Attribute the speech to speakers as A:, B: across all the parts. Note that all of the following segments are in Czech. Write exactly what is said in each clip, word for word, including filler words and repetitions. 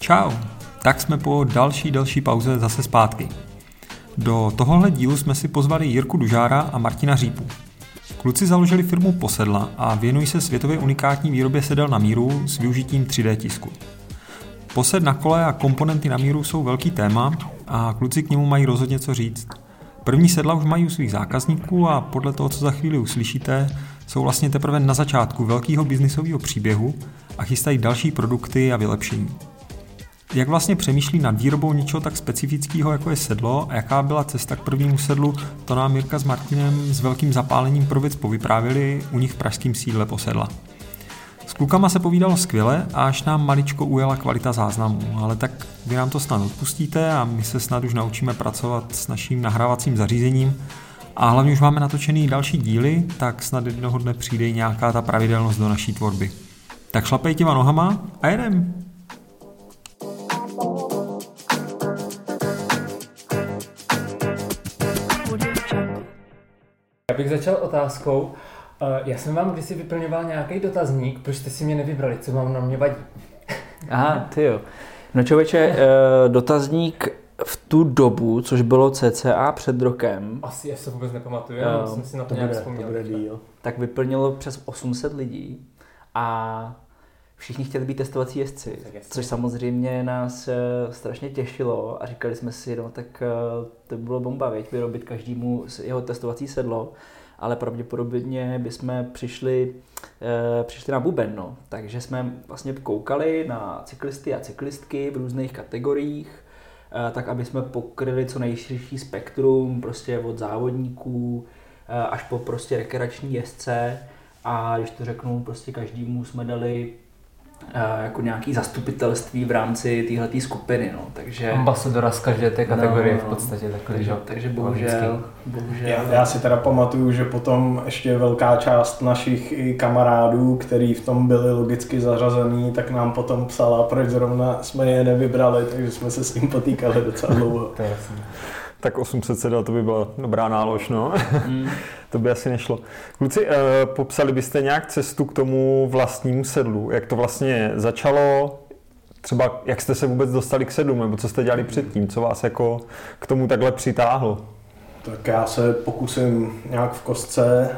A: Čau, tak jsme po další další pauze zase zpátky. Do tohohle dílu jsme si pozvali Jirku Dužára a Martina Řípu. Kluci založili firmu Posedla a věnují se světově unikátní výrobě sedel na míru s využitím tři dé tisku. Posed na kole a komponenty na míru jsou velký téma a kluci k němu mají rozhodně co říct. První sedla už mají u svých zákazníků a podle toho, co za chvíli uslyšíte, jsou vlastně teprve na začátku velkého biznisového příběhu a chystají další produkty a vylepšení. Jak vlastně přemýšlí nad výrobou něčeho tak specifického, jako je sedlo, a jaká byla cesta k prvnímu sedlu, to nám Jirka s Martinem s velkým zapálením pro věc povyprávili u nich v pražském sídle Posedla. S klukama se povídalo skvěle a až nám maličko ujela kvalita záznamu, ale tak vy nám to snad odpustíte a my se snad už naučíme pracovat s naším nahrávacím zařízením a hlavně už máme natočený další díly, tak snad jednoho dne přijde nějaká ta pravidelnost do naší tvorby. Tak šlapej těma nohama a jedem!
B: Já bych začal otázkou. Já jsem vám kdysi vyplňoval nějaký dotazník, proč jste si mě nevybrali, co vám na mě vadí.
C: Aha, ty jo. No člověče, dotazník v tu dobu, což bylo cca před rokem.
B: Asi, já se vůbec nepamatuju, já jsem si na to, to nějak vzpomněl.
C: Tak vyplnilo přes osm set lidí a všichni chtěli být testovací jezdci, což samozřejmě nás strašně těšilo a říkali jsme si, no tak to bylo bomba, věď, vyrobit každému jeho testovací sedlo, ale pravděpodobně bychom přišli, e, přišli na buben, no. Takže jsme vlastně koukali na cyklisty a cyklistky v různých kategoriích, e, tak aby jsme pokryli co nejširší spektrum, prostě od závodníků e, až po prostě rekreační jezdce a když to řeknu, prostě každému jsme dali jako nějaký zastupitelství v rámci téhletý skupiny, no, takže...
B: Ambasadora z každé té kategorie no, v podstatě takhle, že?
C: Takže bohužel, bohužel...
D: Já, já si teda pamatuju, že potom ještě velká část našich i kamarádů, který v tom byli logicky zařazený, tak nám potom psala, proč zrovna jsme je nevybrali, takže jsme se s tím potýkali docela dlouho.
B: To je jasný.
A: Tak osm set sedel, to by byla dobrá nálož, no. Mm. To by asi nešlo. Kluci, eh, popsali byste nějak cestu k tomu vlastnímu sedlu? Jak to vlastně začalo? Třeba jak jste se vůbec dostali k sedlu, nebo co jste dělali předtím? Co vás jako k tomu takhle přitáhlo?
D: Tak já se pokusím nějak v kostce.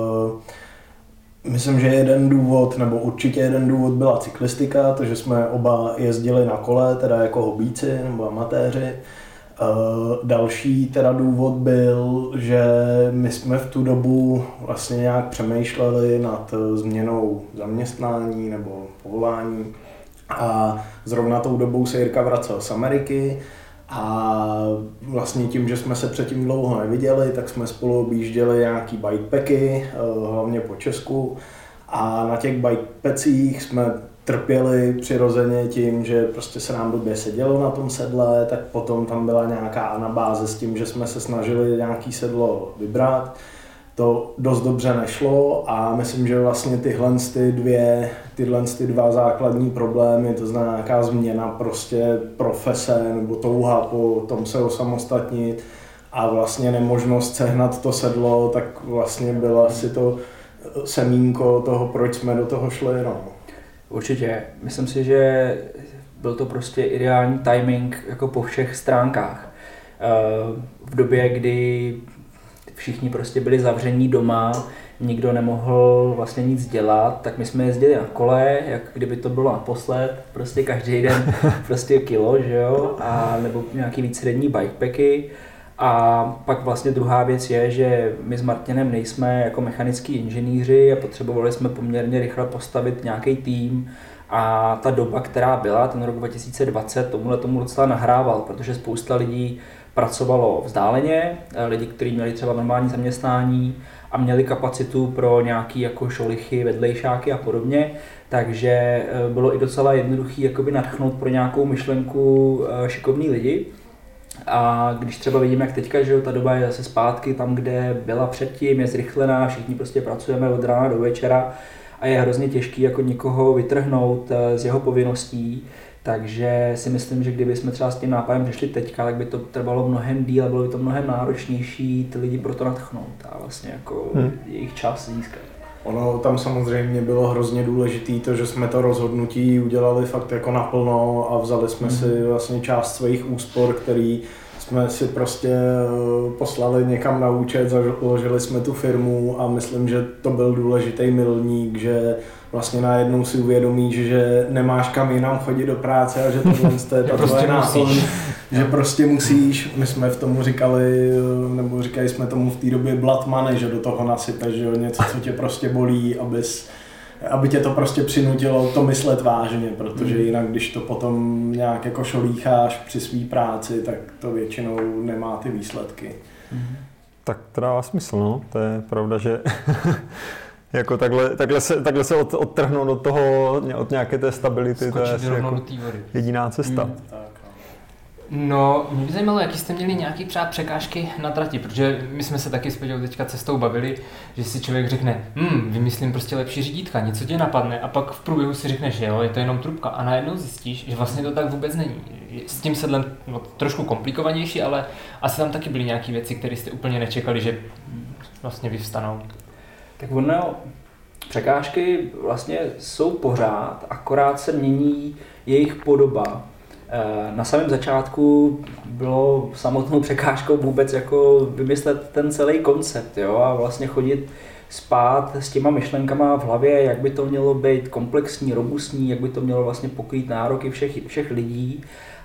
D: Eh, myslím, že jeden důvod, nebo určitě jeden důvod byla cyklistika, to, že jsme oba jezdili na kole, teda jako hobíci nebo amatéři. Uh, další teda důvod byl, že my jsme v tu dobu vlastně nějak přemýšleli nad změnou zaměstnání nebo povolání a zrovna tou dobou se Jirka vracel z Ameriky a vlastně tím, že jsme se předtím dlouho neviděli, tak jsme spolu objížděli nějaký bikepacky, uh, hlavně po Česku a na těch bikepacích jsme trpěli přirozeně tím, že prostě se nám blbě sedělo na tom sedle, tak potom tam byla nějaká anabáze s tím, že jsme se snažili nějaký sedlo vybrat. To dost dobře nešlo a myslím, že vlastně tyhle ty dvě, tyhle ty dva základní problémy, to znamená nějaká změna prostě profese nebo touha po tom se osamostatnit a vlastně nemožnost sehnat to sedlo, tak vlastně bylo asi to semínko toho, proč jsme do toho šli. No.
C: Určitě. Myslím si, že byl to prostě ideální timing jako po všech stránkách. V době, kdy všichni prostě byli zavření doma, nikdo nemohl vlastně nic dělat, tak my jsme jezdili na kole, jak kdyby to bylo naposled, prostě každý den prostě kilo, že jo, a nebo nějaký vícedenní bikepacky. A pak vlastně druhá věc je, že my s Martinem nejsme jako mechanický inženýři a potřebovali jsme poměrně rychle postavit nějaký tým a ta doba, která byla, ten rok dva tisíce dvacet, tomuhle tomu docela nahrával, protože spousta lidí pracovalo vzdáleně, lidi, kteří měli třeba normální zaměstnání a měli kapacitu pro nějaký jako šolichy, vedlejšáky a podobně, takže bylo i docela jednoduchý jakoby nadchnout pro nějakou myšlenku šikovný lidi. A když třeba vidíme, jak teďka, že ta doba je zase zpátky tam, kde byla předtím, je zrychlená, všichni prostě pracujeme od rána do večera a je hrozně těžký jako někoho vytrhnout z jeho povinností, takže si myslím, že kdyby jsme třeba s tím nápadem přišli teďka, tak by to trvalo mnohem díl a bylo by to mnohem náročnější ty lidi pro to nadchnout a vlastně jako hmm. jejich čas získat.
D: Ono tam samozřejmě bylo hrozně důležité to, že jsme to rozhodnutí udělali fakt jako naplno a vzali jsme mm. si vlastně část svých úspor, který jsme si prostě poslali někam na účet, založili jsme tu firmu a myslím, že to byl důležitý milník, že vlastně najednou si uvědomíš, že nemáš kam jinam chodit do práce a že tohle je ta tvoje náplň, že prostě musíš, my jsme v tomu říkali, nebo říkali jsme tomu v té době blood money, že do toho nasypeš, že něco, co tě prostě bolí, abys, aby tě to prostě přinutilo to myslet vážně, protože jinak, když to potom nějak jako šolícháš při své práci, tak to většinou nemá ty výsledky.
A: Tak to dává smysl, no, to je pravda, že jako takhle, takhle se, takhle se od, odtrhnout od toho, od nějaké té stability,
B: skočit
A: to je asi jako jediná cesta.
B: Hmm. No, mě by zajímalo, jaký jste měli nějaký třeba překážky na trati, protože my jsme se taky s Peťou teďka cestou bavili, že si člověk řekne, hm, vymyslím prostě lepší řídítka, něco tě napadne a pak v průběhu si řekneš, že jo, je to jenom trubka a najednou zjistíš, že vlastně to tak vůbec není. S tím sedlem no, trošku komplikovanější, ale asi tam taky byly nějaké věci, které jste úplně nečekali, že vlastně vyvstanou.
C: Tak ono, překážky vlastně jsou pořád, akorát se mění jejich podoba. Na samém začátku bylo samotnou překážkou vůbec jako vymyslet ten celý koncept, jo, a vlastně chodit spát s těma myšlenkama v hlavě, jak by to mělo být komplexní, robustní, jak by to mělo vlastně pokrýt nároky všech, všech lidí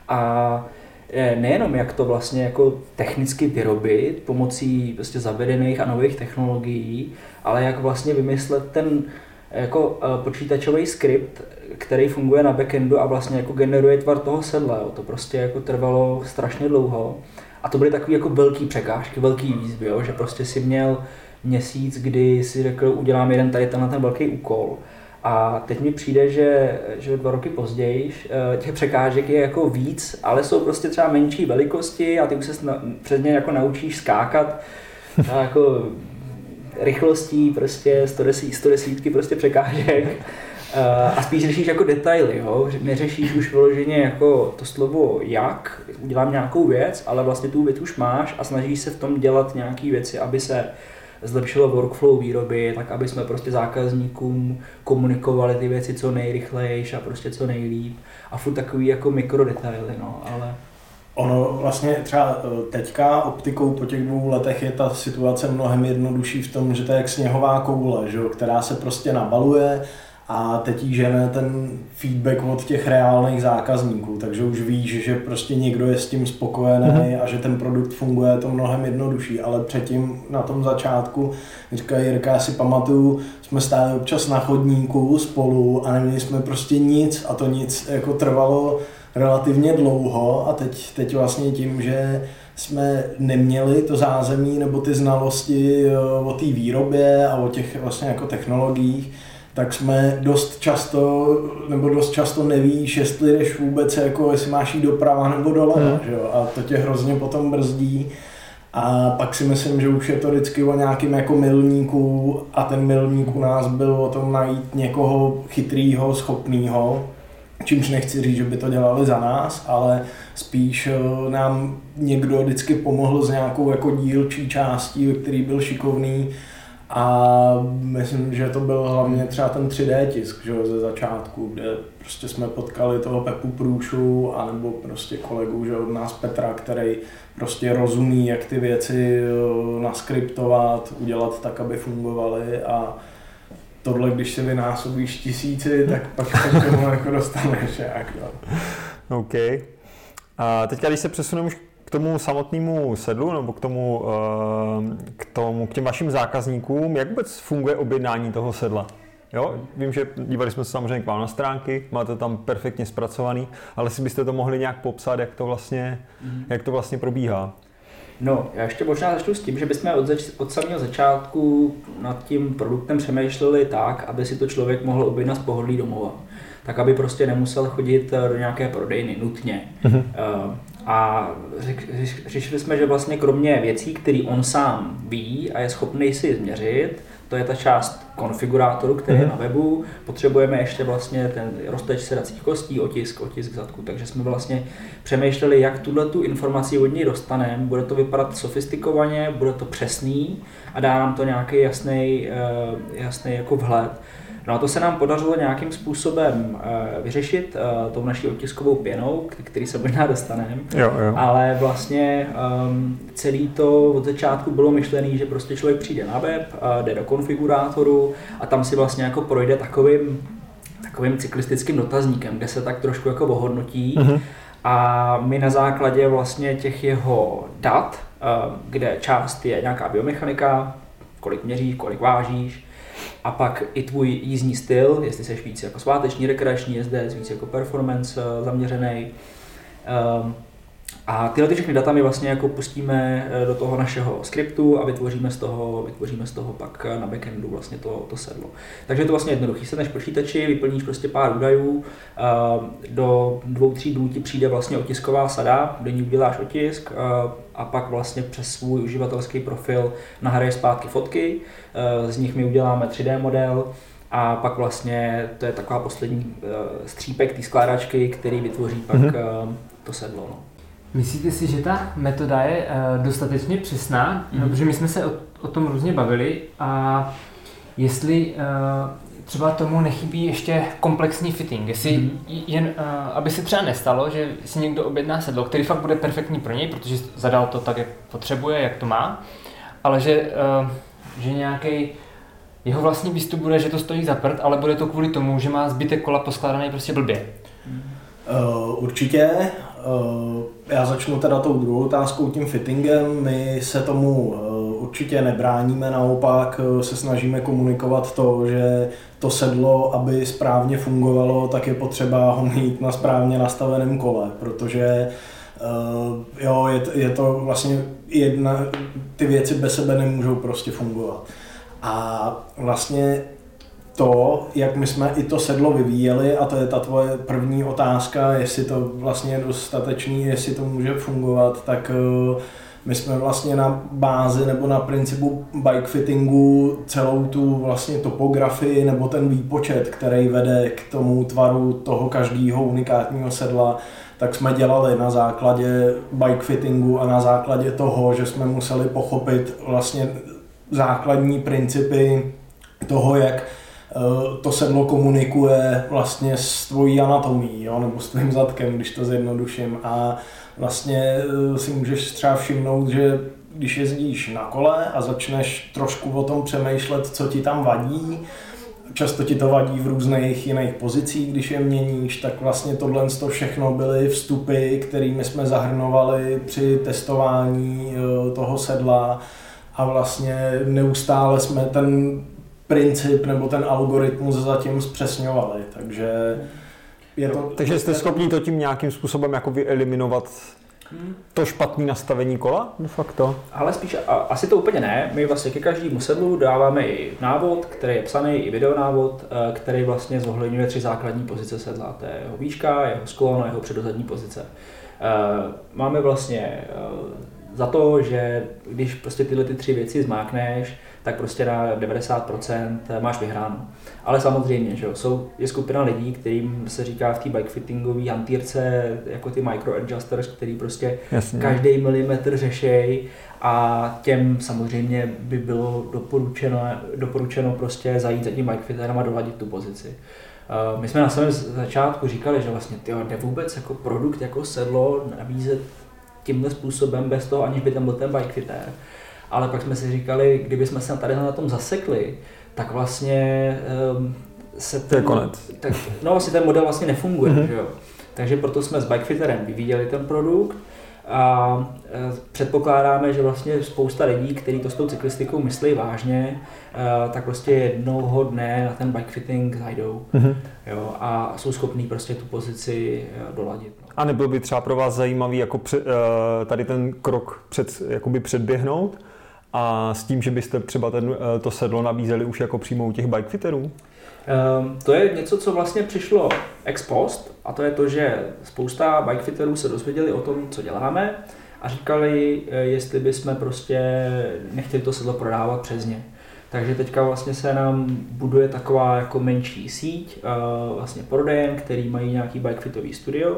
C: a nejenom jak to vlastně jako technicky vyrobit pomocí prostě zavedených a nových technologií, ale jak vlastně vymyslet ten jako počítačový skript, který funguje na backendu a vlastně jako generuje tvar toho sedla. Jo. To prostě jako trvalo strašně dlouho. A to byly takové jako velké překážky, velký výzvy, jo, že prostě si měl měsíc, kdy si řekl, udělám jeden tady tenhle ten velký úkol. A teď mi přijde, že, že dva roky později těch překážek je jako víc, ale jsou prostě třeba menší velikosti a ty už se před ně jako naučíš skákat a jako rychlostí prostě sto deset prostě překážek. A spíš řešíš jako detaily, jo? Neřešíš už vyloženě jako to slovo jak, udělám nějakou věc, ale vlastně tu věc už máš a snažíš se v tom dělat nějaké věci, aby se zlepšilo workflow výroby, tak aby jsme prostě zákazníkům komunikovali ty věci co nejrychlejš a prostě co nejlíp. A furt takový jako mikrodetaily, no, ale...
D: Ono vlastně třeba teďka optikou po těch dvou letech je ta situace mnohem jednodušší v tom, že to je jak sněhová koule, že, která se prostě nabaluje a teď jí žene ten feedback od těch reálných zákazníků, takže už víš, že prostě někdo je s tím spokojený mm-hmm. a že ten produkt funguje, je to mnohem jednodušší, ale předtím na tom začátku, říká Jirka, já si pamatuju, jsme stáli občas na chodníku spolu a neměli jsme prostě nic a to nic jako trvalo relativně dlouho a teď, teď vlastně tím, že jsme neměli to zázemí nebo ty znalosti o té výrobě a o těch vlastně jako technologiích, tak jsme dost často, nebo dost často nevíš, jestli jdeš vůbec, jako jestli máš jít doprava nebo doleva, hmm. že jo? A to tě hrozně potom brzdí. A pak si myslím, že už je to vždycky o nějakým jako milníku a ten milník u nás byl o tom najít někoho chytrýho, schopnýho, čímž nechci říct, že by to dělali za nás, ale spíš nám někdo vždycky pomohl s nějakou jako dílčí částí, ve který byl šikovný. A myslím, že to byl hlavně třeba ten tři dé tisk, že ze začátku, kde prostě jsme potkali toho Pepu Průšu, anebo prostě kolegu, že od nás Petra, který prostě rozumí, jak ty věci naskriptovat, udělat tak, aby fungovaly a tohle, když si vynásobíš tisíci, tak pak se k tomu jako dostaneš. Jak, no.
A: OK. A teďka, když se přesuneme už k tomu samotnému sedlu nebo k tomu, k tomu, k těm vašim zákazníkům, jak vůbec funguje objednání toho sedla? Jo, vím, že dívali jsme se samozřejmě k vám na stránky, máte tam perfektně zpracovaný, ale si byste to mohli nějak popsat, jak to vlastně, mm. jak to vlastně probíhá?
C: No, já ještě možná začnu s tím, že bychom od, zač- od samého začátku nad tím produktem přemýšleli tak, aby si to člověk mohl objednat z pohodlí domova. Tak, aby prostě nemusel chodit do nějaké prodejny nutně. Mm-hmm. Uh, a řešili jsme, že vlastně kromě věcí, které on sám ví a je schopný si změřit, to je ta část konfigurátoru, který mm-hmm. je na webu. Potřebujeme ještě vlastně ten rozteč sedacích kostí, otisk, otisk zadku, takže jsme vlastně přemýšleli, jak tuhle tu informaci od něj dostaneme. Bude to vypadat sofistikovaně, bude to přesný a dá nám to nějaký jasný, jasný jako vhled. No a to se nám podařilo nějakým způsobem uh, vyřešit uh, tou naší otiskovou pěnou, k- který se možná dostaneme, ale vlastně um, celý to od začátku bylo myšlené, že prostě člověk přijde na web, uh, jde do konfigurátoru a tam si vlastně jako projde takovým, takovým cyklistickým dotazníkem, kde se tak trošku jako ohodnotí uh-huh. a my na základě vlastně těch jeho dat, uh, kde část je nějaká biomechanika, kolik měříš, kolik vážíš, a pak i tvůj jízdní styl, jestli jsi víc jako sváteční, rekreační jezdec, víc jako performance zaměřený. Um, a tyhle ty všechny data my vlastně jako pustíme do toho našeho skriptu a vytvoříme z toho, vytvoříme z toho pak na backendu vlastně to, to sedlo. Takže je to vlastně jednoduchý. Sedneš počítači, vyplníš prostě pár údajů, do dvou, tří dnů ti přijde vlastně otisková sada, do ní uděláš otisk a pak vlastně přes svůj uživatelský profil nahraješ zpátky fotky, z nich my uděláme tři dé model a pak vlastně to je taková poslední střípek té skládačky, který vytvoří pak mm-hmm. to sedlo. No.
B: Myslíte si, že ta metoda je uh, dostatečně přesná? Mm. No, protože my jsme se o, o tom různě bavili a jestli uh, třeba tomu nechybí ještě komplexní fitting, jestli mm. jen, uh, aby se třeba nestalo, že si někdo objedná sedlo, který fakt bude perfektní pro něj, protože zadal to tak, jak potřebuje, jak to má, ale že, uh, že nějaký jeho vlastní výstup bude, že to stojí za prd, ale bude to kvůli tomu, že má zbytek kola poskládaný prostě blbě.
D: Mm. Uh, určitě. Uh, já začnu teda tou druhou otázkou, tím fittingem. My se tomu uh, určitě nebráníme, naopak uh, se snažíme komunikovat to, že to sedlo, aby správně fungovalo, tak je potřeba ho mít na správně nastaveném kole, protože uh, jo, je, je to vlastně jedna, ty věci bez sebe nemůžou prostě fungovat. A vlastně to, jak my jsme i to sedlo vyvíjeli, a to je ta tvoje první otázka, jestli to vlastně je dostatečný, jestli to může fungovat, tak my jsme vlastně na bázi nebo na principu bike fittingu celou tu vlastně topografii nebo ten výpočet, který vede k tomu tvaru toho každého unikátního sedla, tak jsme dělali na základě bike fittingu a na základě toho, že jsme museli pochopit vlastně základní principy toho, jak to sedlo komunikuje vlastně s tvojí anatomií, jo, nebo s tvým zadkem, když to zjednoduším. A vlastně si můžeš třeba všimnout, že když jezdíš na kole a začneš trošku o tom přemýšlet, co ti tam vadí, často ti to vadí v různých jiných pozicích, když je měníš, tak vlastně tohle to všechno byly vstupy, kterými jsme zahrnovali při testování toho sedla a vlastně neustále jsme ten princip nebo ten algoritmus zatím zpřesňovali, takže je to...
A: Takže jste schopni to tím nějakým způsobem jako vyeliminovat to špatné nastavení kola? De facto.
C: Ale spíš, a, asi to úplně ne, my vlastně ke každému sedlu dáváme i návod, který je psaný, i videonávod, který vlastně zohledňuje tři základní pozice sedla, to je jeho výška, jeho sklon a jeho předozadní pozice. Máme vlastně za to, že když prostě tyhle ty tři věci zmákneš, tak prostě na devadesát procent máš vyhráno. Ale samozřejmě, že jo, jsou, je skupina lidí, kterým se říká v té bikefittingové hantýrce jako ty micro adjusters, který prostě Jasně. každý milimetr řešej a těm samozřejmě by bylo doporučeno, doporučeno prostě zajít za tím bikefitterem a doladit tu pozici. My jsme na samém začátku říkali, že vlastně tyjo, jde vůbec jako produkt, jako sedlo nabízet tímhle způsobem bez toho, aniž by tam byl ten bikefitter. Ale pak jsme si říkali, kdyby jsme se tady na tom zasekli, tak vlastně um, se ten,
A: to je konec.
C: Tak, no vlastně ten model vlastně nefunguje, mm-hmm. že jo. Takže proto jsme s bikefitterem vyvíjeli ten produkt a e, předpokládáme, že vlastně spousta lidí, kteří to s tou cyklistikou myslí vážně, e, tak prostě jednoho dne na ten bikefitting zajdou, mm-hmm. jo, a jsou schopní prostě tu pozici doladit. No.
A: A nebylo by třeba pro vás zajímavý jako před, tady ten krok před, jakoby předběhnout a s tím, že byste třeba ten, to sedlo nabízeli už jako přímo u těch bikefitterů?
C: Um, to je něco, co vlastně přišlo ex post, a to je to, že spousta bikefitterů se dozvěděli o tom, co děláme a říkali, jestli bychom prostě nechtěli to sedlo prodávat přes ně. Takže teďka vlastně se nám buduje taková jako menší síť vlastně prodejen, který mají nějaký bikefitový studio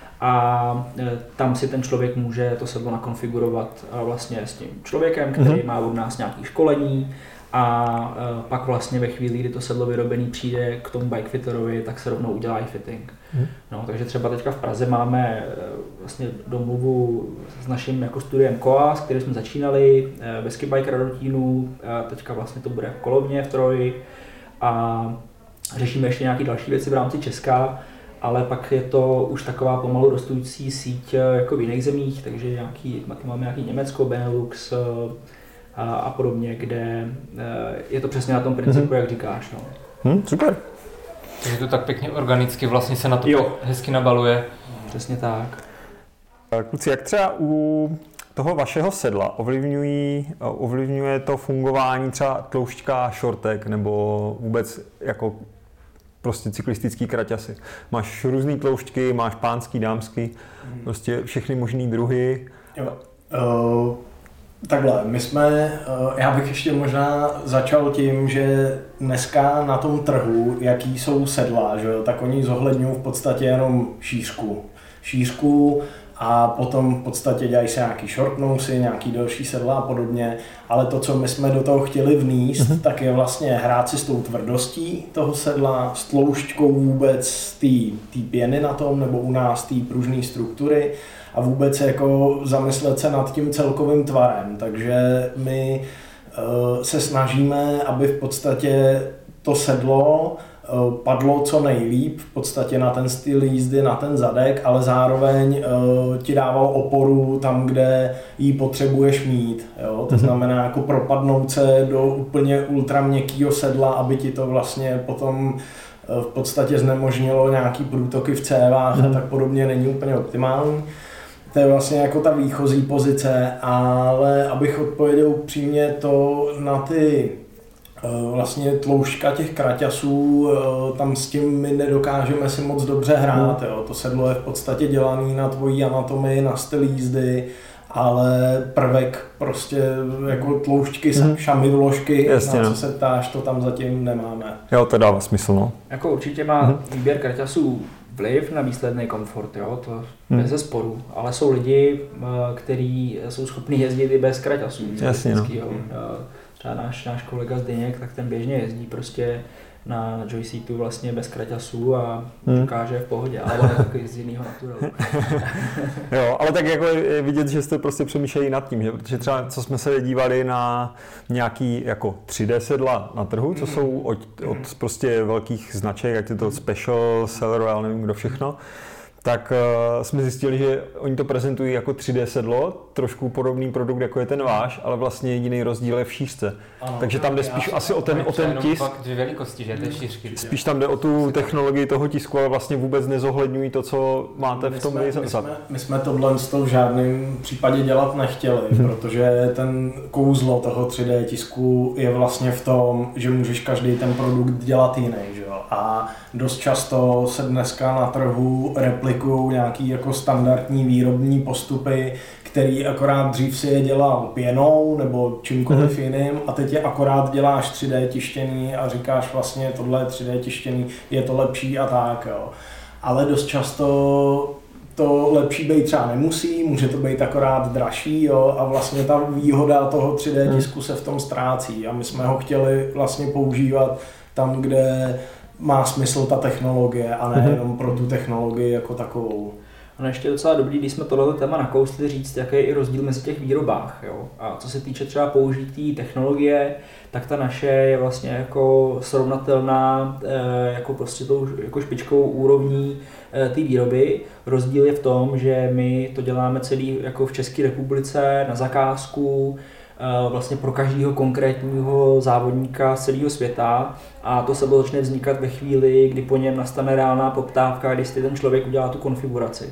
C: a tam si ten člověk může to sedlo nakonfigurovat vlastně s tím člověkem, který mm-hmm. má od nás nějaké školení a pak vlastně ve chvíli, kdy to sedlo vyrobený přijde k tomu bikefittorovi, tak se rovnou udělá i fitting. Mm-hmm. No, takže třeba teďka v Praze máme vlastně domluvu s naším jako studiem Koa, s kterým jsme začínali, Vesky Bike Radotínu, teďka vlastně to bude v Kolovně v Troji a řešíme ještě nějaké další věci v rámci Česka, ale pak je to už taková pomalu rostoucí síť jako v jiných zemích, takže nějaký, máme nějaký Německo, Benelux a, a podobně, kde je to přesně na tom principu, mm-hmm. jak říkáš. No.
A: Hmm, super.
B: Takže to tak pěkně organicky vlastně se na to
C: jo.
B: hezky nabaluje.
C: Přesně tak.
A: Kluci, jak třeba u toho vašeho sedla ovlivňují, ovlivňuje to fungování třeba tloušťka šortek nebo vůbec jako prostě cyklistický kraťasy? Máš různý tloušťky, máš pánský, dámský, hmm. prostě všechny možný druhy.
D: Jo. Uh, takhle, my jsme, uh, já bych ještě možná začal tím, že dneska na tom trhu, jaký jsou sedla, že jo, tak oni zohledňují v podstatě jenom šířku. Šířku a potom v podstatě dělají se nějaký short nosy, nějaký delší sedla a podobně, ale to, co my jsme do toho chtěli vníst, mm-hmm. tak je vlastně hrát si s tou tvrdostí toho sedla, s tloušťkou vůbec té pěny na tom, nebo u nás té pružné struktury a vůbec jako zamyslet se nad tím celkovým tvarem, takže my uh, se snažíme, aby v podstatě to sedlo padlo co nejlíp v podstatě na ten styl jízdy, na ten zadek, ale zároveň uh, ti dával oporu tam, kde ji potřebuješ mít. Jo? To mm-hmm. znamená jako propadnout se do úplně ultra měkkýho sedla, aby ti to vlastně potom uh, v podstatě znemožnilo nějaký průtoky v cévách mm-hmm. a tak podobně, není úplně optimální. To je vlastně jako ta výchozí pozice, ale abych odpověděl upřímně to na ty vlastně tloušťka těch kraťasů, tam s tím my nedokážeme si moc dobře hrát. Jo. To sedlo je v podstatě dělaný na tvojí anatomii, na styl jízdy, ale prvek prostě jako tloušťky, mm. šamy vložky, Jasně, na co no. se ptáš, to tam zatím nemáme.
A: Jo, to dává smysl, no.
C: Jako určitě má mm. výběr kraťasů vliv na výsledný komfort, jo, to mm. bez zesporu, ale jsou lidi, kteří jsou schopni jezdit i bez kraťasů.
A: Jasně, no.
C: Třeba náš, náš kolega Zdeněk, tak ten běžně jezdí prostě na joyseatu vlastně bez kraťasů a hmm. dokáže v pohodě, ale on je takový z jiného naturelu.
A: Jo, ale tak jako je vidět, že jste prostě přemýšleli nad tím, že? Protože třeba co jsme se dívali na nějaký jako tři dé sedla na trhu, co jsou od, od prostě velkých značek, jak je to Special, Seller, já nevím kdo všechno, tak uh, jsme zjistili, že oni to prezentují jako tři dé sedlo, trošku podobný produkt, jako je ten váš, ale vlastně jediný rozdíl je v šířce. Ano, Takže tam jde spíš asi o ten, o ten tisk.
B: Fakt dvě velikosti, že? Ty šířky.
A: Spíš tam jde o tu technologii toho tisku, ale vlastně vůbec nezohledňují to, co máte my v tom
D: vyzad. My, my jsme tohle s tou v žádném případě dělat nechtěli, hmm. protože ten kouzlo toho tři dé tisku je vlastně v tom, že můžeš každý ten produkt dělat jiný, že jo? A dost často se dneska na trhu replikují nějaký jako standardní výrobní postupy, který akorát dřív si je dělal pěnou nebo čímkoliv mm-hmm. jiným a teď je akorát děláš tři dé tištěný a říkáš vlastně tohle je tři dé tištěný, je to lepší a tak, jo. Ale dost často to lepší být třeba nemusí, může to být akorát dražší, jo, a vlastně ta výhoda toho tři dé tisku se v tom ztrácí a my jsme ho chtěli vlastně používat tam, kde má smysl ta technologie a ne jenom pro tu technologii jako takovou.
C: Ono ještě je docela dobrý, když jsme tohle téma nakousli, říct, jaký je i rozdíl mezi těch výrobách. Jo? A co se týče třeba použití technologie, tak ta naše je vlastně jako srovnatelná e, jako prostě tou jako špičkovou úrovní e, té výroby. Rozdíl je v tom, že my to děláme celý jako v České republice na zakázku, vlastně pro každého konkrétního závodníka z celého světa a to sebou začne vznikat ve chvíli, kdy po něm nastane reálná poptávka, když si ten člověk udělá tu konfiguraci.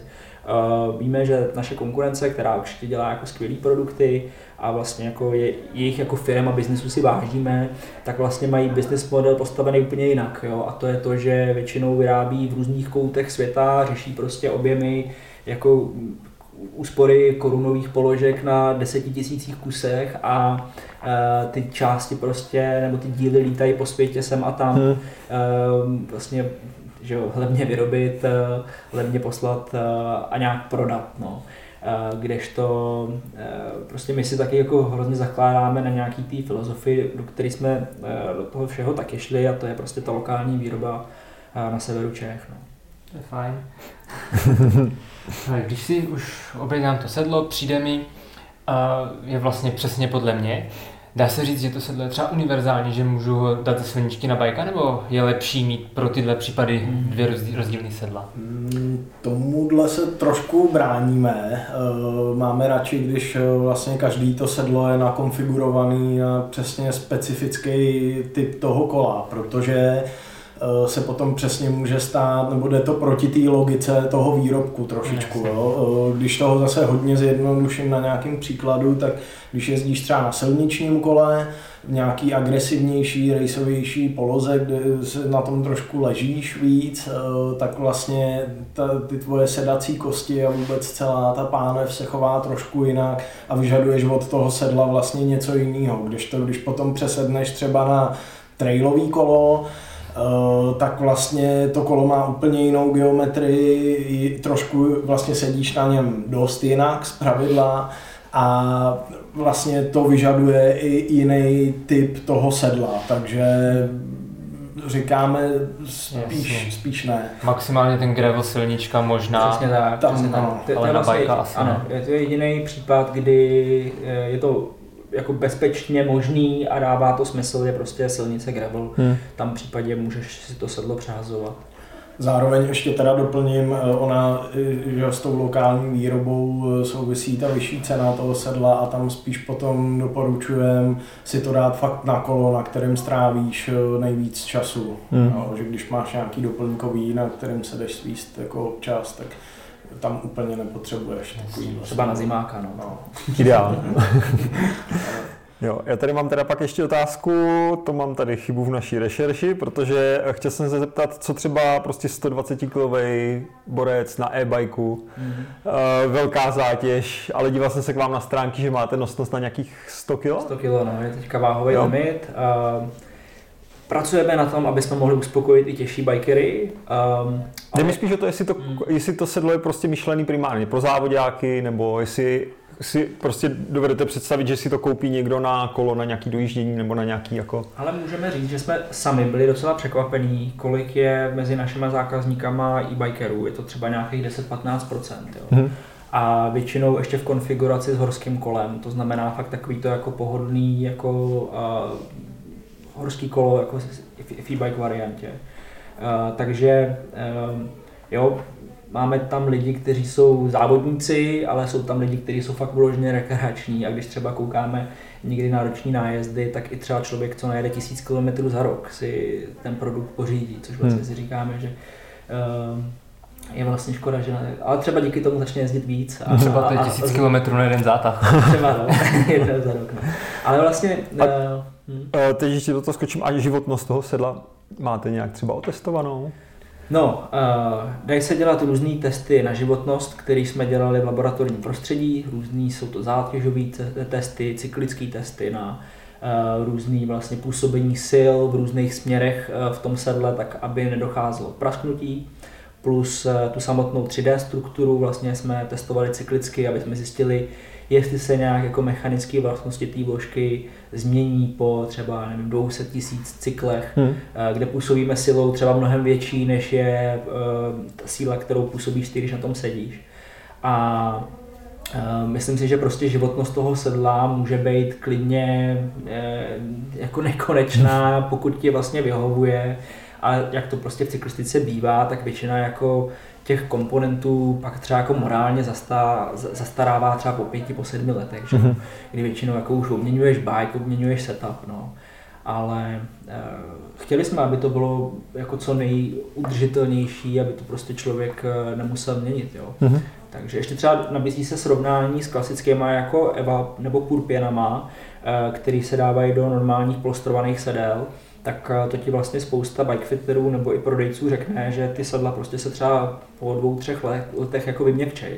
C: Víme, že naše konkurence, která určitě dělá jako skvělé produkty a vlastně jako je, jejich jako firma a biznesu si vážíme, tak vlastně mají business model postavený úplně jinak. Jo? A to je to, že většinou vyrábí v různých koutech světa, řeší prostě objemy jako úspory korunových položek na desetitisících kusech a e, ty části prostě, nebo ty díly lítají po světě sem a tam. Hmm. E, vlastně, že jo, levně vyrobit, e, levně poslat e, a nějak prodat, no. E, kdežto e, prostě my si taky jako hrozně zakládáme na nějaký té filozofii, do které jsme e, do toho všeho taky šli, a to je prostě ta lokální výroba e, na severu Čech, no.
B: To je fajn. Když si už objednám to sedlo, přijde mi, je vlastně přesně podle mě. Dá se říct, že to sedlo je třeba univerzální, že můžu dát ze silničky na bajka, nebo je lepší mít pro tyhle případy dvě rozdílné sedla?
D: Tomuhle se trošku bráníme. Máme radši, když vlastně každý to sedlo je nakonfigurovaný na přesně specifický typ toho kola, protože se potom přesně může stát, nebo jde to proti té logice toho výrobku trošičku. Jo. Když toho zase hodně zjednoduším na nějakém příkladu, tak když jezdíš třeba na silničním kole, v nějaký agresivnější, rejsovější poloze, kde na tom trošku ležíš víc, tak vlastně ta, ty tvoje sedací kosti a vůbec celá ta pánev se chová trošku jinak a vyžaduješ od toho sedla vlastně něco jiného. Když to, když potom přesedneš třeba na trailový kolo, Uh, tak vlastně to kolo má úplně jinou geometrii, trošku vlastně sedíš na něm dost jinak z pravidla a vlastně to vyžaduje i jiný typ toho sedla, takže říkáme spíš, spíš ne.
B: Maximálně ten gravel silnička možná,
C: přesně tak,
B: tam,
C: přesně tak.
B: ale
C: to, to
B: na
C: vlastně,
B: bajka asi
C: ano,
B: ne.
C: Je to jediný případ, kdy je to jako bezpečně možný a dává to smysl, je prostě silnice gravel. Hmm. Tam v případě můžeš si to sedlo přehazovat.
D: Zároveň ještě teda doplním, ona, že s tou lokální výrobou souvisí ta vyšší cena toho sedla a tam spíš potom doporučujem si to dát fakt na kolo, na kterém strávíš nejvíc času. Hmm. No, že když máš nějaký doplňkový, na kterém se jdeš svíst jako občas, tak tam úplně nepotřebuješ takový.
C: Třeba na zimáka, no.
D: no.
A: Ideálně. Jo, já tady mám teda pak ještě otázku, to mám tady chybu v naší rešerši, protože chtěl jsem se zeptat, co třeba prostě sto dvacet kilový borec na e-bajku, mm-hmm. uh, velká zátěž, ale díval jsem se k vám na stránky, že máte nosnost na nějakých sto kilo?
C: sto kilo, no, je teďka váhový jo. limit. Uh, pracujeme na tom, aby jsme mohli uspokojit i těžší bikery. Um,
A: Jde mi spíš o to, jestli to, mm. jestli to sedlo je prostě myšlený primárně pro závodáky, nebo jestli si prostě dovedete představit, že si to koupí někdo na kolo, na nějaký dojíždění nebo na nějaký jako...
C: Ale můžeme říct, že jsme sami byli docela překvapení, kolik je mezi našimi zákazníkama e-bikerů. Je to třeba nějakých deset až patnáct procent. Jo. Mm. A většinou ještě v konfiguraci s horským kolem. To znamená fakt takový to jako pohodlný jako uh, horský kolo jako v e-bike variantě. Uh, takže uh, jo, máme tam lidi, kteří jsou závodníci, ale jsou tam lidi, kteří jsou fakt vyloženě rekreační a když třeba koukáme někdy na roční nájezdy, tak i třeba člověk, co najede tisíc kilometrů za rok, si ten produkt pořídí, což vlastně hmm. si říkáme, že uh, je vlastně škoda, že ne, ale třeba díky tomu začne jezdit víc.
B: A třeba to je tisíc kilometrů na jeden zátah.
C: Třeba no, jeden za rok. No. Ale vlastně...
A: A, uh, hm. Teď ještě do toho skočím, a životnost toho sedla máte nějak třeba otestovanou?
C: No, uh, dají se dělat různý testy na životnost, které jsme dělali v laboratorním prostředí. Různý jsou to zátěžové testy, cyklické testy na uh, různý vlastně působení sil v různých směrech uh, v tom sedle, tak aby nedocházelo k prasknutí. Plus uh, tu samotnou tři dé strukturu vlastně jsme testovali cyklicky, aby jsme zjistili, jestli se nějak jako mechanické vlastnosti té vložky změní po třeba nevím, dvě stě tisíc cyklech, hmm. kde působíme silou třeba mnohem větší, než je uh, ta síla, kterou působíš ty, když na tom sedíš. A uh, myslím si, že prostě životnost toho sedla může být klidně uh, jako nekonečná, pokud ti vlastně vyhovuje. A jak to prostě v cyklistice bývá, tak většina jako těch komponentů pak třeba jako morálně zastá, zastarává třeba po pěti, po sedmi letech, že? Mm-hmm. Kdy většinou jako už obměňuješ bike, obměňuješ setup, no. Ale e, chtěli jsme, aby to bylo jako co nejudržitelnější, aby to prostě člověk nemusel měnit, jo. Mm-hmm. Takže ještě třeba nabízí se srovnání s klasickýma jako Eva nebo Purpianama, e, který se dávají do normálních polstrovaných sedel. Tak to ti vlastně spousta bikefitterů nebo i prodejců řekne, že ty sedla prostě se třeba po dvou, třech letech jako vyměkčejí.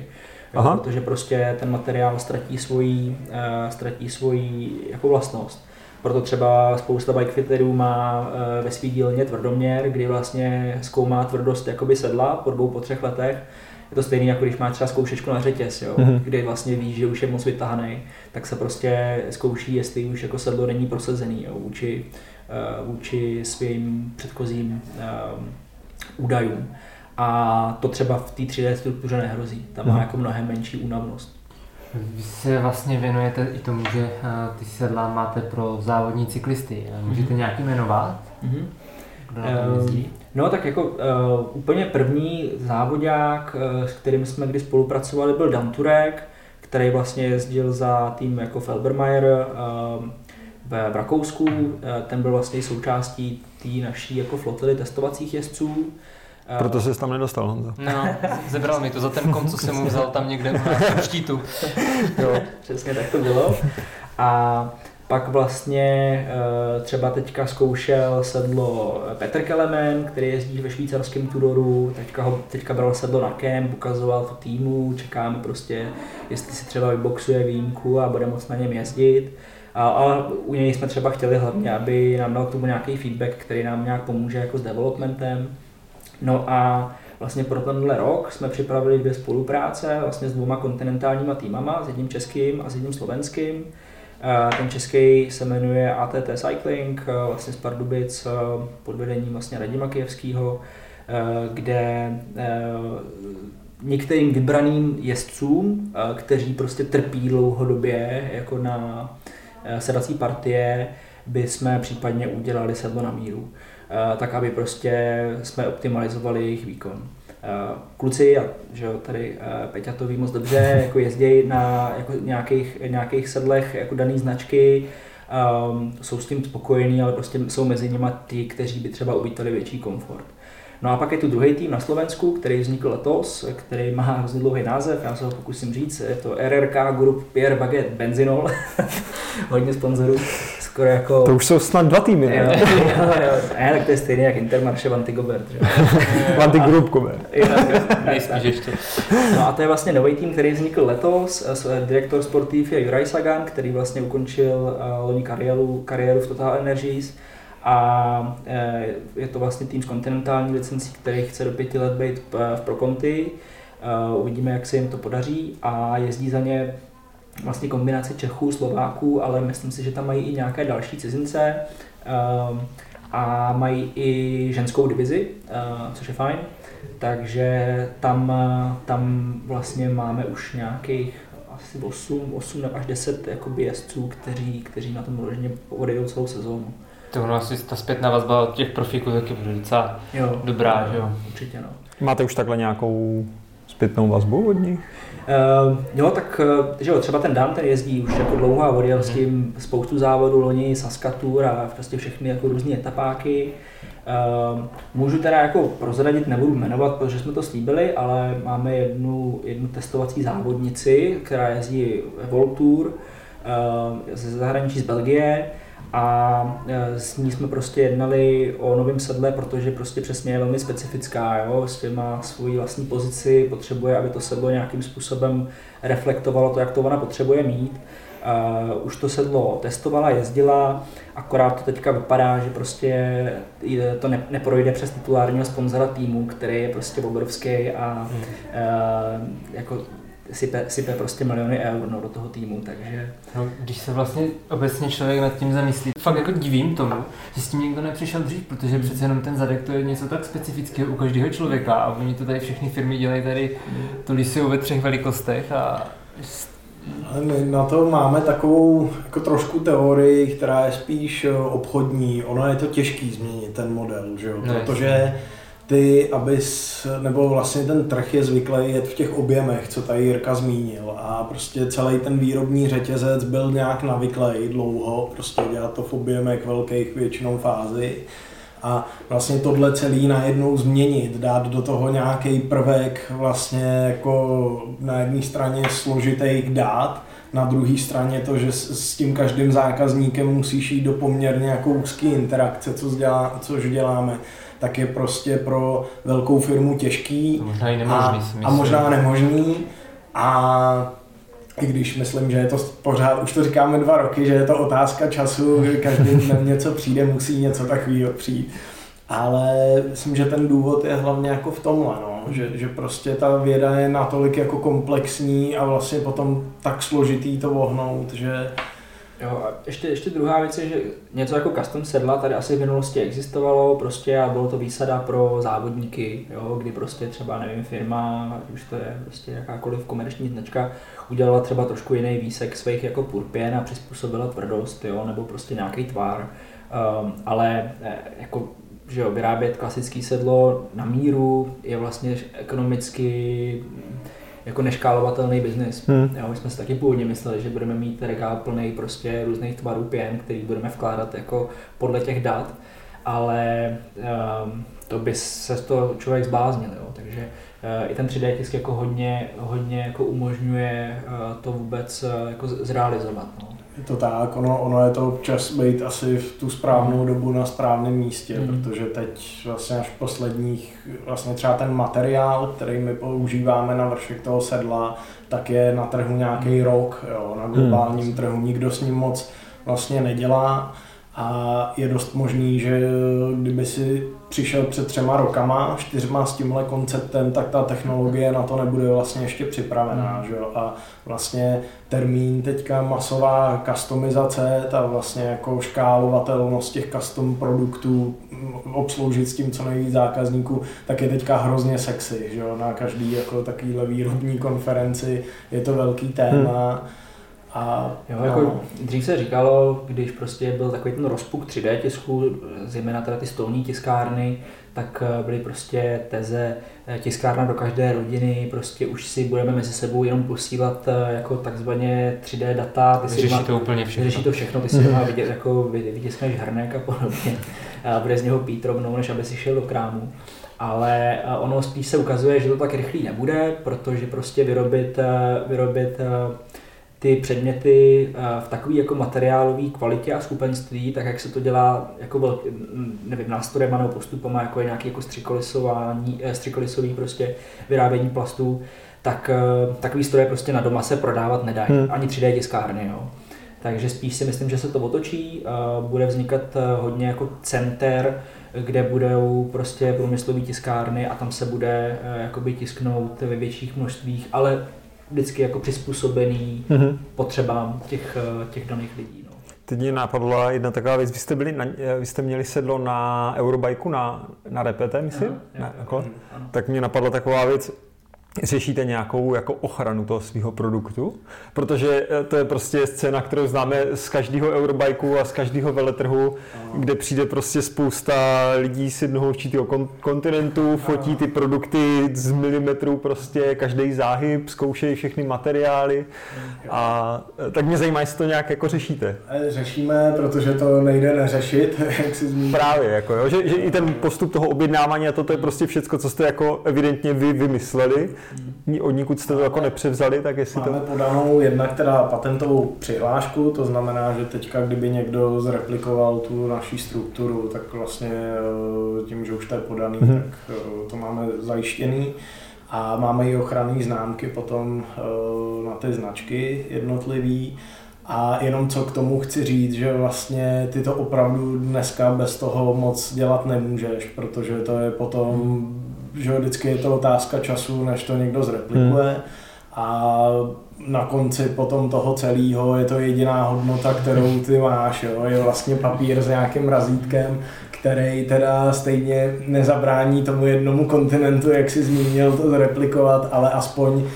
C: jo, protože prostě ten materiál ztratí svoji, uh, ztratí svoji jako vlastnost. Proto třeba spousta bikefitterů má uh, ve svý dílně tvrdoměr, kdy vlastně zkoumá tvrdost jakoby sedla po dvou, po třech letech. Je to stejné, jako když má třeba zkoušečku na řetěz, jo, mm-hmm. kdy vlastně ví, že už je moc vytahaný, tak se prostě zkouší, jestli už jako sedlo není prosazený, jo, vůči, uh, vůči svým předchozím uh, údajům. A to třeba v té tři dé struktuře nehrozí, tam má jako mnohem menší únavnost.
B: Vy se vlastně věnujete i tomu, že uh, ty sedla máte pro závodní cyklisty. Můžete mm-hmm. nějaký jmenovat? Mm-hmm. Kdo na tom jezdí?
C: No tak jako uh, úplně první závodák, uh, s kterým jsme kdy spolupracovali, byl Dan Turek, který vlastně jezdil za tým jako Felbermayr uh, v Rakousku. Uh, ten byl vlastně součástí té naší jako flotily testovacích jezdců. Uh,
A: Proto jsi tam nedostal, Honzo.
B: No, zebral mi to za ten kon, co jsem mu vzal tam někde na štítu.
C: Jo, přesně tak to bylo. A pak vlastně třeba teďka zkoušel sedlo Petr Kelemen, který jezdí ve švýcarském Turoru, teďka, ho, teďka bral sedlo na kemp, ukazoval to týmu, čekáme prostě, jestli si třeba vyboxuje výjimku a bude moc na něm jezdit. A, ale u něj jsme třeba chtěli hlavně, aby nám dal k tomu nějaký feedback, který nám nějak pomůže jako s developmentem. No a vlastně pro tenhle rok jsme připravili dvě spolupráce vlastně s dvěma kontinentálníma týmama, s jedním českým a s jedním slovenským. Ten český se jmenuje A T T Cycling, vlastně z Pardubic pod vedením vlastně Radima Kijevského, kde některým vybraným jezdcům, kteří prostě trpí dlouhodobě jako na sedací partie, by jsme případně udělali sedlo na míru, tak aby prostě jsme optimalizovali jejich výkon. Kluci, a že jo, tady Peťa to ví moc dobře, jako jezdí na jako nějakých, nějakých sedlech jako daný značky, um, jsou s tím spokojení, ale prostě jsou mezi nimi ty, kteří by třeba uvítali větší komfort. No a pak je tu druhý tým na Slovensku, který vznikl letos, který má hrozně dlouhý název, já se ho pokusím říct, je to R R K Group Pierre Baguette Benzinol, hodně sponzorů, skoro jako...
A: To už jsou snad dva týmy, ne?
C: Jo, jo, jo. Ne, tak to je stejně jak Intermarché Vanty Gobert, že?
A: Vanty Group Gobert.
B: Nejspíš ještě.
C: No a to je vlastně nový tým, který vznikl letos, direktor sportiv je Juraj Sagan, který vlastně ukončil loni kariéru, kariéru v Total Energies. A je to vlastně tým s kontinentální licencí, který chce do pěti let být v Pro Conti. Uvidíme, jak se jim to podaří a jezdí za ně vlastně kombinace Čechů, Slováků, ale myslím si, že tam mají i nějaké další cizince a mají i ženskou divizi, což je fajn. Takže tam, tam vlastně máme už nějakých asi osm až deset jakoby jezdců, kteří, kteří na tom vloženě odejdou celou sezónu.
B: To ono asi ta zpětná vazba od těch profíků taky bude docela
C: jo,
B: dobrá, jo, že jo?
C: Určitě, no.
A: Máte už takhle nějakou zpětnou vazbu od nich?
C: Uh, jo, tak že jo, třeba ten Dan, ten jezdí už jako dlouho a odjel s tím spoustu závodů, loni Saskatour a prostě všechny jako různý etapáky. Uh, můžu teda jako prozradit, nebudu jmenovat, protože jsme to slíbili, ale máme jednu, jednu testovací závodnici, která jezdí World Tour uh, ze zahraničí z Belgie. A s ní jsme prostě jednali o novém sedle, protože prostě přesně je velmi specifická, jo? Prostě má svoji vlastní pozici, potřebuje, aby to sedlo nějakým způsobem reflektovalo to, jak to ona potřebuje mít. Uh, už to sedlo testovala, jezdila, akorát to teďka vypadá, že prostě to ne, neprojde přes titulárního sponzora týmu, který je prostě obrovský a hmm. uh, jako sype, sype prostě miliony eur no, do toho týmu, takže...
B: No, když se vlastně obecně člověk nad tím zamyslí, fakt jako divím tomu, že s tím někdo nepřišel dřív, protože přece jenom ten zadek to je něco tak specifického u každého člověka a oni to tady všechny firmy dělají tady to lisujou ve třech velikostech a...
D: Ale my na to máme takovou jako trošku teorii, která je spíš obchodní. Ono je to těžký změnit ten model, že jo? No, protože ty, abys, nebo vlastně ten trh je zvyklý jet v těch objemech, co tady Jirka zmínil a prostě celý ten výrobní řetězec byl nějak navyklý dlouho, prostě dělat to v objemech velkých většinou fázi. A vlastně tohle celý najednou změnit, dát do toho nějaký prvek vlastně jako na jedné straně složitých dát, na druhé straně to, že s tím každým zákazníkem musíš jít do poměrně jako úzký interakce, co dělá, což děláme, tak je prostě pro velkou firmu těžký
B: možná i nemožný,
D: a, a možná nemožný. A i když myslím, že je to pořád, už to říkáme dva roky, že je to otázka času, každý dnem něco přijde, musí něco takového přijít. Ale myslím, že ten důvod je hlavně jako v tomhle, no. že, že prostě ta věda je natolik jako komplexní a vlastně potom tak složitý to ohnout, že...
C: Jo, a ještě, ještě druhá věc je, že něco jako custom sedla tady asi v minulosti existovalo prostě a bylo to výsada pro závodníky, jo, kdy prostě třeba, nevím, firma, ať už to je prostě jakákoliv komerční značka, udělala třeba trošku jiný výsek svých jako purpěn a přizpůsobila tvrdost, jo, nebo prostě nějaký tvar, um, ale jako že jo, vyrábět klasický sedlo na míru je vlastně ekonomicky jako neškálovatelný biznis. Hmm. Jo, my jsme si taky původně mysleli, že budeme mít regál plný prostě různých tvarů pěn, který budeme vkládat jako podle těch dat, ale um, to by se z toho člověk zbláznil, jo. Takže uh, i ten tři dé tisk jako hodně, hodně jako umožňuje uh, to vůbec uh, jako zrealizovat. No.
D: Je to tak, ono, ono je to občas být asi v tu správnou dobu na správném místě, mm. protože teď vlastně až v posledních, vlastně třeba ten materiál, který my používáme na vršek toho sedla, tak je na trhu nějaký rok, jo, na globálním mm. trhu, nikdo s ním moc vlastně nedělá a je dost možný, že kdyby si přišel před třema rokama, čtyřma s tímhle konceptem, tak ta technologie na to nebude vlastně ještě připravená, že jo? A vlastně termín teďka masová customizace, ta vlastně jako škálovatelnost těch custom produktů, obsloužit s tím co nejvíc zákazníků, tak je teďka hrozně sexy, že jo? Na každý jako takovýhle výrobní konferenci je to velký téma. Hmm. A
C: jo, jako no. Dřív se říkalo, když prostě byl takový ten rozpuk tři dé tisku, zejména teda ty stolní tiskárny, tak byly prostě teze tiskárna do každé rodiny, prostě už si budeme mezi sebou jenom posílat jako takzvaně tři dé data. Ty
B: řeší si to úplně všechno.
C: Řeší to všechno, ty si doma vidět, jako vytiskneš hrnek a podobně. A bude z něho pít rovnou, než aby si šel do krámu. Ale ono spíš se ukazuje, že to tak rychlý nebude, protože prostě vyrobit, vyrobit ty předměty v takové jako materiálové kvalitě a skupenství, tak jak se to dělá jako velký, nevím, nástrojem nebo postupama, jako je nějaké jako střikolisování, střikolisový prostě vyrábění plastů, tak takový stroje prostě na doma se prodávat nedají, hmm. ani tři dé tiskárny, jo. Takže spíš si myslím, že se to otočí, bude vznikat hodně jako center, kde budou prostě průmyslové tiskárny a tam se bude jakoby tisknout ve větších množstvích, ale vždycky jako přizpůsobený mm-hmm. potřebám těch, těch daných lidí. No.
A: Teď mě napadla jedna taková věc, vy jste, byli na, vy jste měli sedlo na Eurobajku na, na R P T, myslím? Aha, na, jako? Tak mě napadla taková věc, řešíte nějakou jako ochranu toho svého produktu? Protože to je prostě scéna, kterou známe z každého Eurobajku a z každého veletrhu, Aha. kde přijde prostě spousta lidí z jednoho určitého kontinentu, fotí ty produkty z milimetrů prostě, každý záhyb, zkoušejí všechny materiály a tak mě zajímá, jestli to nějak jako řešíte.
D: Řešíme, protože to nejde neřešit, jak si zmínil.
A: Právě, jako jo, že, že i ten postup toho objednávání a toto je prostě všecko, co jste jako evidentně vy vymysleli. Od nikud jste to jako nepřevzali, tak jestli
D: Máme
A: to...
D: podanou jednak teda patentovou přihlášku, to znamená, že teďka, kdyby někdo zreplikoval tu naší strukturu, tak vlastně tím, že už to je podaný, mm-hmm. tak to máme zajištěný. A máme i ochranné známky potom na ty značky jednotlivý. A jenom co k tomu chci říct, že vlastně ty to opravdu dneska bez toho moc dělat nemůžeš, protože to je potom... Mm. že vždycky je to otázka času, než to někdo zreplikuje hmm. a na konci potom toho celého je to jediná hodnota, kterou ty máš, jo? Je vlastně papír s nějakým razítkem, který teda stejně nezabrání tomu jednomu kontinentu, jak si zmínil, to zreplikovat, ale aspoň uh,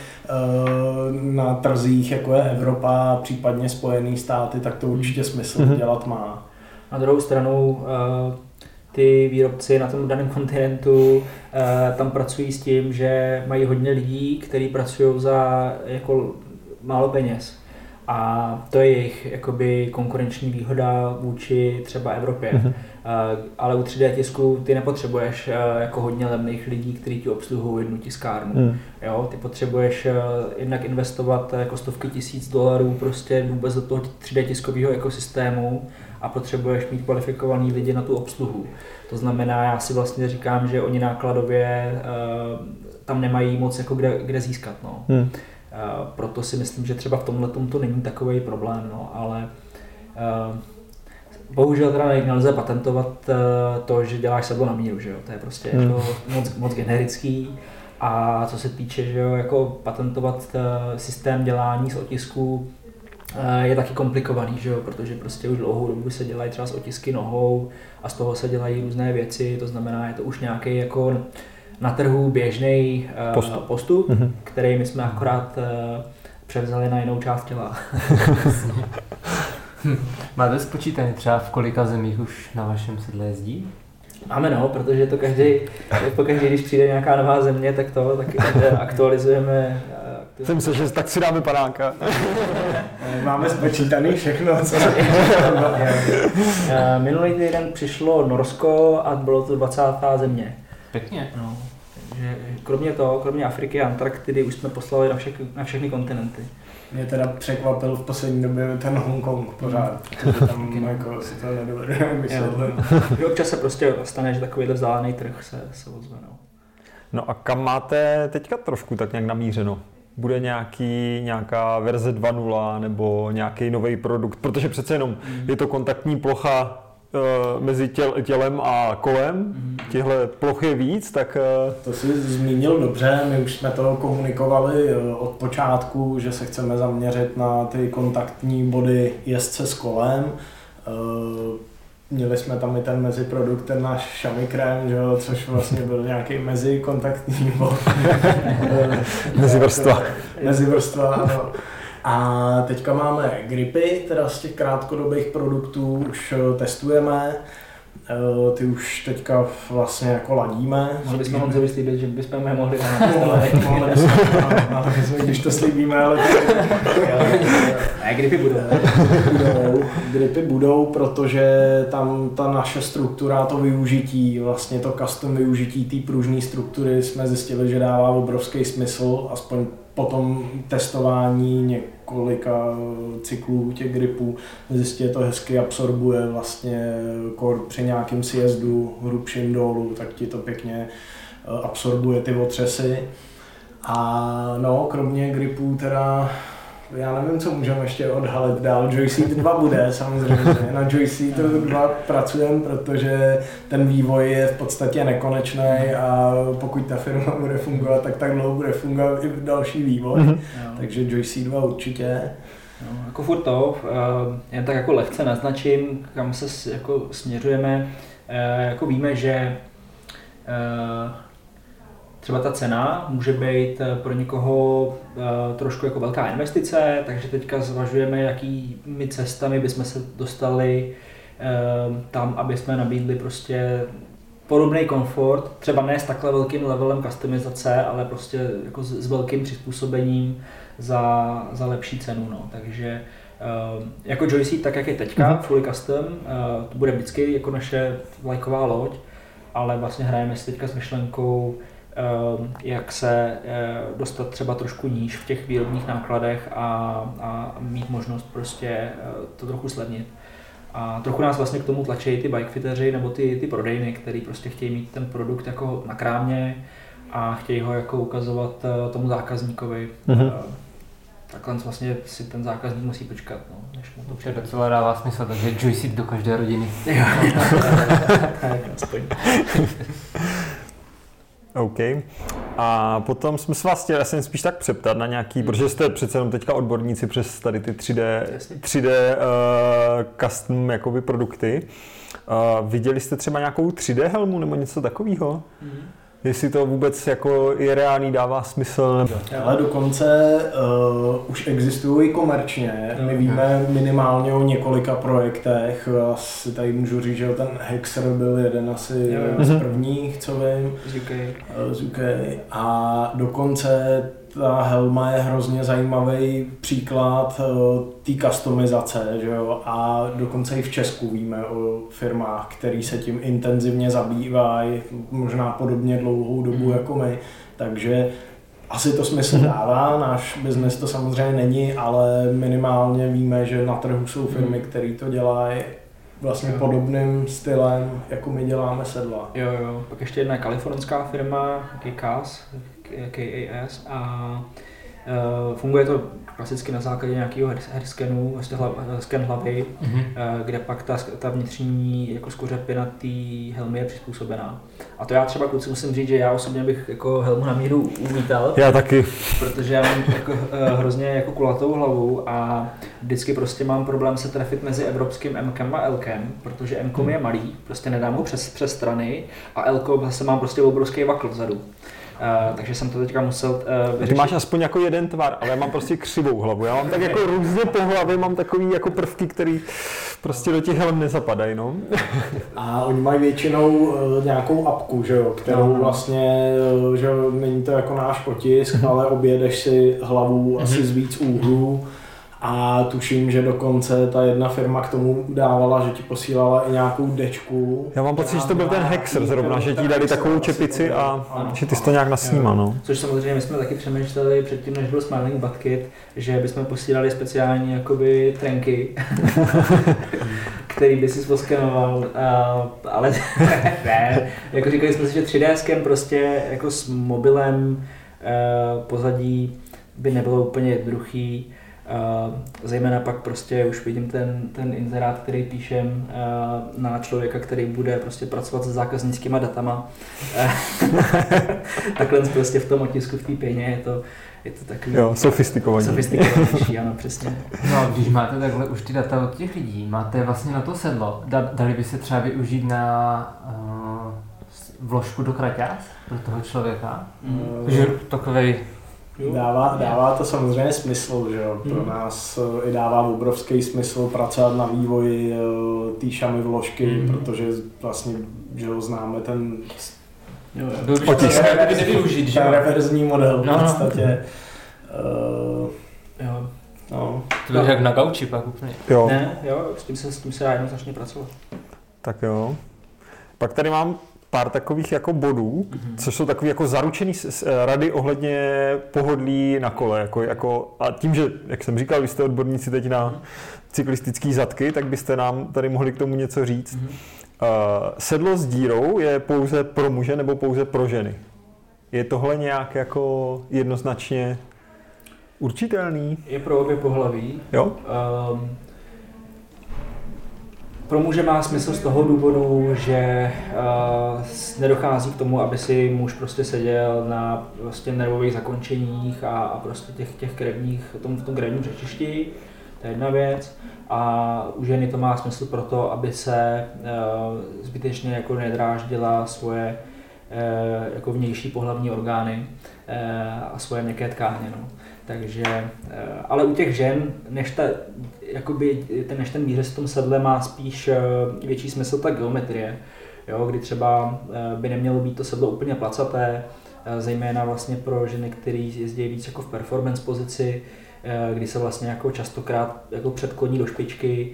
D: na trzích, jako je Evropa, případně Spojené státy, tak to určitě smysl hmm. dělat má.
C: Na druhou stranu uh... ty výrobci na tom daném kontinentu eh, tam pracují s tím, že mají hodně lidí, kteří pracují za jako málo peněz. A to je jejich jakoby konkurenční výhoda vůči třeba Evropě. Mm-hmm. Eh, ale u tři dé tisku ty nepotřebuješ eh, jako hodně levných lidí, kteří ti obsluhují jednu tiskárnu. Mm. Jo, ty potřebuješ eh, jednak investovat jako stovky tisíc dolarů prostě vůbec do toho tři dé tiskového ekosystému a potřebuješ mít kvalifikovaný lidi na tu obsluhu. To znamená, já si vlastně říkám, že oni nákladově uh, tam nemají moc jako kde, kde získat. No. Hmm. proto si myslím, že třeba v tomhle to není takový problém, no, ale uh, bohužel teda nelze patentovat uh, to, že děláš sedlo na míru, že jo, to je prostě hmm. jako moc, moc generický. A co se týče, že jo, jako patentovat uh, systém dělání z otisků uh, je taky komplikovaný, že jo, protože prostě už dlouhou dobu se dělají třeba z otisky nohou a z toho se dělají různé věci, to znamená, je to už nějaký jako na trhu běžný uh, postup, postup mm-hmm. který my jsme akorát uh, převzali na jinou část těla.
B: Máte spočítané třeba v kolika zemích už na vašem sedle jezdí?
C: Máme no, protože to každý, pokaždý, když přijde nějaká nová země, tak to tak aktualizujeme.
A: Jsem se, že tak si dáme panáka.
D: Máme spočítaný všechno. Co...
C: Minulý týden přišlo Norsko a bylo to dvacátá země.
B: Pěkně.
C: No, takže kromě toho, kromě Afriky a Antarktidy už jsme poslali na, všech, na všechny kontinenty.
D: Mě teda překvapil v poslední době ten Hongkong pořád, tam jako si to nedovedu vysvětlit.
C: Občas se prostě stane, že takovýhle vzdálený trh se, se ozve. No.
A: No a kam máte teďka trošku tak nějak namířeno? Bude nějaký, nějaká verze dva tečka nula nebo nějaký nový produkt? Protože přece jenom mm. je to kontaktní plocha uh, mezi těl, tělem a kolem. Mm. Těhle ploch je víc, tak... Uh...
D: To jsi zmínil dobře, my už jsme to komunikovali uh, od počátku, že se chceme zaměřit na ty kontaktní body jezdce s kolem. Uh, Měli jsme tam i ten meziprodukt, ten náš Šami krém, že jo, což vlastně byl nějaký mezikontaktní bod.
A: Mezivrstva.
D: Mezivrstva, ano. A teďka máme gripy, teda z těch krátkodobých produktů už testujeme. Ty už teďka vlastně jako ladíme.
C: Mohli bychom Honzovi slíbit, že bychom je mohli
D: na když to slíbíme, ale...
C: Ne, gripy budou.
D: budou. Gripy budou, protože tam ta naše struktura, to využití, vlastně to custom využití té pružné struktury jsme zjistili, že dává obrovský smysl, aspoň po tom testování několika cyklů těch gripů zjistí, to hezky absorbuje vlastně při nějakém sjezdu hrubším dolů, tak ti to pěkně absorbuje ty otřesy. A no, kromě gripů teda, já nevím, co můžeme ještě odhalit dál. Joyseat dva bude samozřejmě. Na Joyseat dva pracujeme, protože ten vývoj je v podstatě nekonečný a pokud ta firma bude fungovat, tak tak dlouho bude fungovat i další vývoj. Mm-hmm. Takže Joyseat dva určitě.
C: No, jako furt to, jen tak jako lehce naznačím, kam se jako směřujeme. Jako víme, že třeba ta cena může být pro někoho uh, trošku jako velká investice, takže teďka zvažujeme, jakými cestami bychom se dostali uh, tam, aby jsme nabídli prostě podobný komfort, třeba ne s takhle velkým levelem customizace, ale prostě jako s, s velkým přizpůsobením za, za lepší cenu. No. Takže uh, jako Joyseat, tak jak je teďka, mm-hmm. fully custom, uh, to bude vždycky jako naše vlajková loď, ale vlastně hrajeme si teďka s myšlenkou, jak se dostat třeba trošku níž v těch výrobních nákladech a, a mít možnost prostě to trochu slevnit. A trochu nás vlastně k tomu tlačí ty bikefiteři nebo ty, ty prodejny, který prostě chtějí mít ten produkt jako na krámě a chtějí ho jako ukazovat tomu zákazníkovi. Mm-hmm. Takhle vlastně si ten zákazník musí počkat, no, než mu to přijde.
B: Docela dává smysl, takže Joyseat do každé rodiny.
C: Jo, tak aspoň.
A: OK. A potom jsme se vás chtěli asi spíš tak přeptat na nějaký, hmm. protože jste přece jenom teďka odborníci přes tady ty tři dé, tři dé uh, custom jakoby produkty. Uh, viděli jste třeba nějakou tři dé helmu nebo něco takového? Hmm. Jestli to vůbec jako je reálný, dává smysl?
D: Ale dokonce uh, už existují komerčně. My víme minimálně o několika projektech. Asi tady můžu říct, že ten Hexer byl jeden asi jo. z prvních, co vím.
C: Z U K.
D: Z U K. A dokonce ta helma je hrozně zajímavý příklad té customizace, že jo? A dokonce i v Česku víme o firmách, které se tím intenzivně zabývají, možná podobně dlouhou dobu mm. jako my, takže asi to smysl dává, náš biznes to samozřejmě není, ale minimálně víme, že na trhu jsou firmy, které to dělají vlastně jo. podobným stylem, jako my děláme sedla.
C: Jo, jo, pak ještě jedna kalifornská firma, K A S, K A S a Uh, funguje to klasicky na základě nějakého headskenu, vlastně hla, sken hlavy, mm-hmm. uh, kde pak ta, ta vnitřní jako skořepina té helmy je přizpůsobená. A to já třeba kluci musím říct, že já osobně bych jako helmu na míru uvítal.
A: Já taky.
C: Protože já mám jako, uh, hrozně jako kulatou hlavu a vždycky prostě mám problém se trefit mezi evropským M-kem a L-kem, protože M-kom je malý, prostě nedám ho přes, přes strany a L-kom zase mám prostě obrovský vakl vzadu. Uh, takže jsem to teďka musel uh, vyřešit.
A: Ty máš aspoň jako jeden tvar, ale já mám prostě křivou hlavu. Já mám tak jako různě po hlavě, mám takový jako prvky, který prostě do těch helm nezapadají, no.
D: A oni mají většinou uh, nějakou apku, že jo, kterou no. vlastně, uh, že jo, není to jako náš otisk, mm-hmm. ale objedeš si hlavu mm-hmm. asi z víc úhlů. A tuším, že dokonce ta jedna firma k tomu dávala, že ti posílala i nějakou dečku.
A: Já mám pocit, že to byl ten Hexer zrovna, že ti dali takovou čepici a ano, že ty jsi to nějak nasnímal, no.
C: Což samozřejmě my jsme taky přemýšleli předtím, než byl Smiling Butt Kit, že bychom posílali speciální jakoby trenky, který by si poskenoval, uh, ale ne, jako říkali jsme si, že tři dé sken prostě jako s mobilem uh, pozadí by nebylo úplně jednoduchý. Uh, zejména pak prostě už vidím ten, ten inzerát, který píšem uh, na člověka, který bude prostě pracovat se zákaznickýma datama. Takhle prostě v tom otisku, v té pěně je to, je to takový...
A: Jo, sofistikovaný.
C: Sofistikovanější, ano, přesně.
B: No, když máte takhle už ty data od těch lidí, máte vlastně na to sedlo, da, dali by se třeba využít na uh, vložku do kraťás pro toho člověka? Mm. Že takovej...
D: Dává, dává to samozřejmě smysl, že jo. Pro nás i dává obrovský smysl pracovat na vývoji té šamy vložky, mm. protože vlastně, že jo, známe ten
A: otisk.
D: Ten reverzní model
B: no,
D: v podstatě.
C: Uh, jo.
D: No.
B: To je jak na gauči pak úplně.
A: Jo.
C: Ne, jo, s tím se, s tím se dá jednoznačně pracovat.
A: Tak jo. Pak tady mám pár takových jako bodů, mm-hmm. což jsou takový jako zaručený rady ohledně pohodlí na kole. Jako, jako, a tím, že, jak jsem říkal, vy jste odborníci teď na cyklistický zadky, tak byste nám tady mohli k tomu něco říct. Mm-hmm. Uh, sedlo s dírou je pouze pro muže nebo pouze pro ženy? Je tohle nějak jako jednoznačně určitelný?
C: Je pro obě pohlaví.
A: Jo?
C: Um, Pro muže má smysl z toho důvodu, že uh, nedochází k tomu, aby si muž prostě seděl na vlastně nervových zakončeních a, a prostě těch, těch krevních, tom, v tom krevním řečišti, to je jedna věc. A u ženy to má smysl proto, aby se uh, zbytečně jako nedráždila svoje uh, jako vnější pohlavní orgány uh, a svoje měkké tkáně. No. Takže, ale u těch žen, než, ta, jakoby, ten, než ten výřez v tom sedle má spíš větší smysl ta geometrie, jo, kdy třeba by nemělo být to sedlo úplně placaté, zejména vlastně pro ženy, které jezdí víc jako v performance pozici, kdy se vlastně jako častokrát jako předkloní do špičky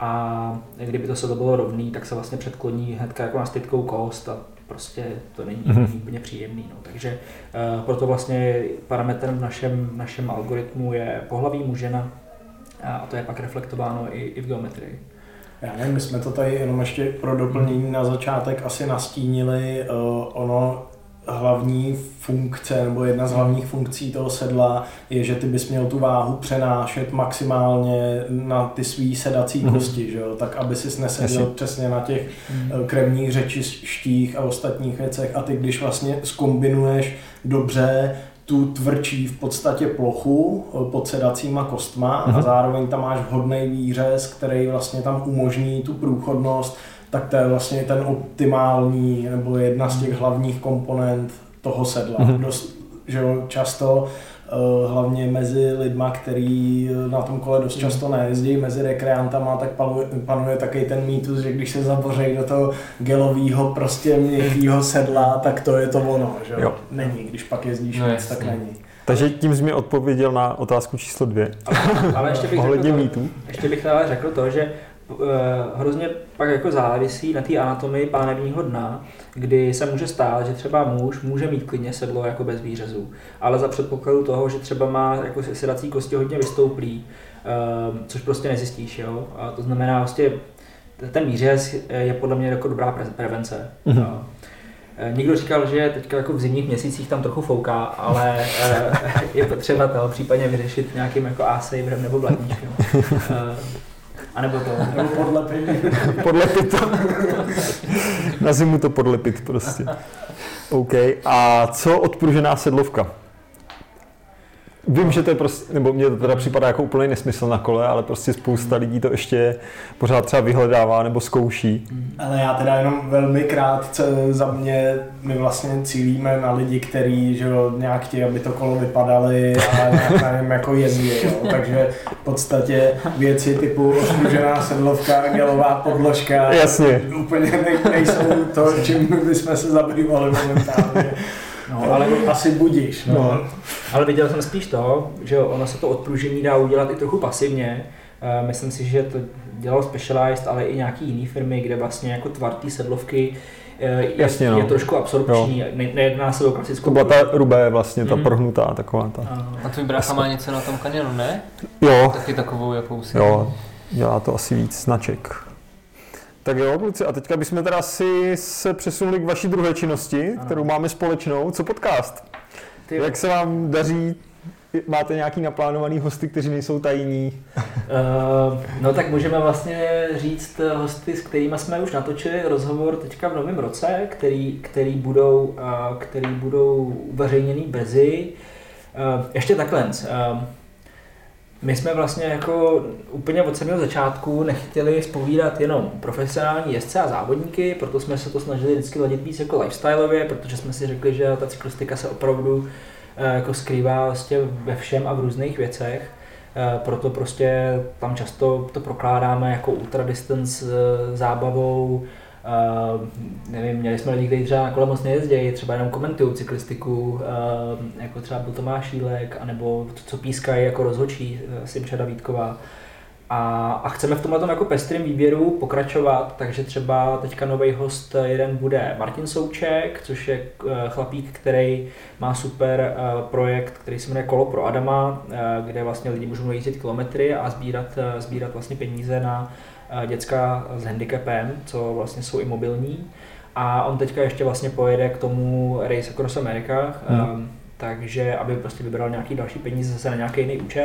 C: a kdyby to sedlo bylo rovný, tak se vlastně předkloní hnedka jako na stytkou kost a prostě to není mm-hmm. úplně příjemný. No. Takže uh, proto vlastně parametrem v našem, našem algoritmu je pohlaví mužena a to je pak reflektováno i, i v geometrii.
D: Já nevím, my jsme to tady jenom ještě pro doplnění na začátek asi nastínili. Uh, ono hlavní funkce, nebo jedna z hlavních funkcí toho sedla je, že ty bys měl tu váhu přenášet maximálně na ty svý sedací mm. kosti, že jo? Tak aby si neseděl přesně na těch mm. krevních řečištích a ostatních věcech a ty když vlastně zkombinuješ dobře tu tvrdší v podstatě plochu pod sedacíma kostma mm. a zároveň tam máš vhodný výřez, který vlastně tam umožní tu průchodnost, tak to je vlastně ten optimální, nebo jedna z těch hlavních komponent toho sedla. Mm-hmm. Dost, že jo, často, uh, hlavně mezi lidma, který na tom kole dost často nejezdí, mezi rekreantama, tak panuje, panuje taky ten mýtus, že když se zabořejí do toho gelového, prostě měkkýho sedla, tak to je to ono, že jo? Není, když pak jezdíš no, víc, tak není.
A: Takže tím jsi mi odpověděl na otázku číslo dvě.
C: Ale, ale ještě bych
A: ohledně
C: řekl
A: mýtu.
C: Ještě bych ale řekl to, že Uh, hrozně pak jako závisí na té anatomii pánevního dna, kdy se může stát, že třeba muž může mít klidně sedlo jako bez výřezu, ale za předpokladu toho, že třeba má jako sedací kosti hodně vystouplý, uh, což prostě nezjistíš, jo. A to znamená vlastně ten výřez je podle mě jako dobrá prevence. Mm-hmm. Někdo říkal, že teďka jako v zimních měsících tam trochu fouká, ale je potřeba to případně vyřešit nějakým jako A-saverem nebo blatníčkem. A nebo to.
D: Nebo podlepit.
A: Podlepit to. Na zimu to podlepit prostě. OK. A co odpružená sedlovka? Vím, že to je prostě, nebo mně to teda připadá jako úplný nesmysl na kole, ale prostě spousta lidí to ještě pořád třeba vyhledává nebo zkouší.
D: Ale já teda jenom velmi krátce za mě, my vlastně cílíme na lidi, kteří že jo, nějak chtějí, aby to kolo vypadaly a nějak na něm jako jezdí, jo. Takže v podstatě věci typu odpružená sedlovka, gelová podložka,
A: jasně.
D: Úplně ne, nejsou to, čím bychom se zabývali momentálně. No, ale asi budíš. No.
C: No. Ale viděl jsem spíš to, že ono se to odpružení dá udělat i trochu pasivně. Myslím si, že to dělal Specialized, ale i nějaký jiný firmy, kde vlastně jako tvar té sedlovky je,
A: jasně, no.
C: je trošku absorpční. Ne, nejedná se o klasickou...
A: To byla ta rubé vlastně, ta mm. prohnutá taková ta.
B: A tvůj brácha má něco na tom Canyonu, ne?
A: Jo.
B: Taky takovou jakousi.
A: Jo, dělá to asi víc značek. Tak jo, kluci, a teďka bychom teda si se přesunuli k vaší druhé činnosti, ano. kterou máme společnou. Co podcast? Ty... Jak se vám daří? Máte nějaký naplánovaný hosty, kteří nejsou tajní?
C: Uh, no tak můžeme vlastně říct hosty, s kterými jsme už natočili rozhovor teďka v novém roce, který, který, budou, uh, který budou uveřejněný brzy. Uh, ještě takhle. Uh, My jsme vlastně jako úplně od samého začátku nechtěli zpovídat jenom profesionální jezdce a závodníky, proto jsme se to snažili vždycky ladit víc jako lifestyleově, protože jsme si řekli, že ta cyklistika se opravdu jako skrývá vlastně ve všem a v různých věcech. Proto prostě tam často to prokládáme jako ultradistance zábavou. Uh, nevím, měli jsme lidi, kteří třeba na kole moc nejezdějí, třeba jenom komentují cyklistiku, uh, jako třeba byl Tomáš Šílek, anebo to, co pískají jako rozhodčí, uh, Simča Davídková. A, a chceme v tomhle tom jako pestrým výběru pokračovat, takže třeba teďka nový host jeden bude Martin Souček, což je uh, chlapík, který má super uh, projekt, který se jmenuje Kolo pro Adama, uh, kde vlastně lidi můžou jezdit kilometry a sbírat, uh, sbírat vlastně peníze na děcka s handicapem, co vlastně jsou i mobilní. A on teďka ještě vlastně pojede k tomu Race Across America, hmm. um, takže aby prostě vybral nějaký další peníze zase na nějaký jiný účel.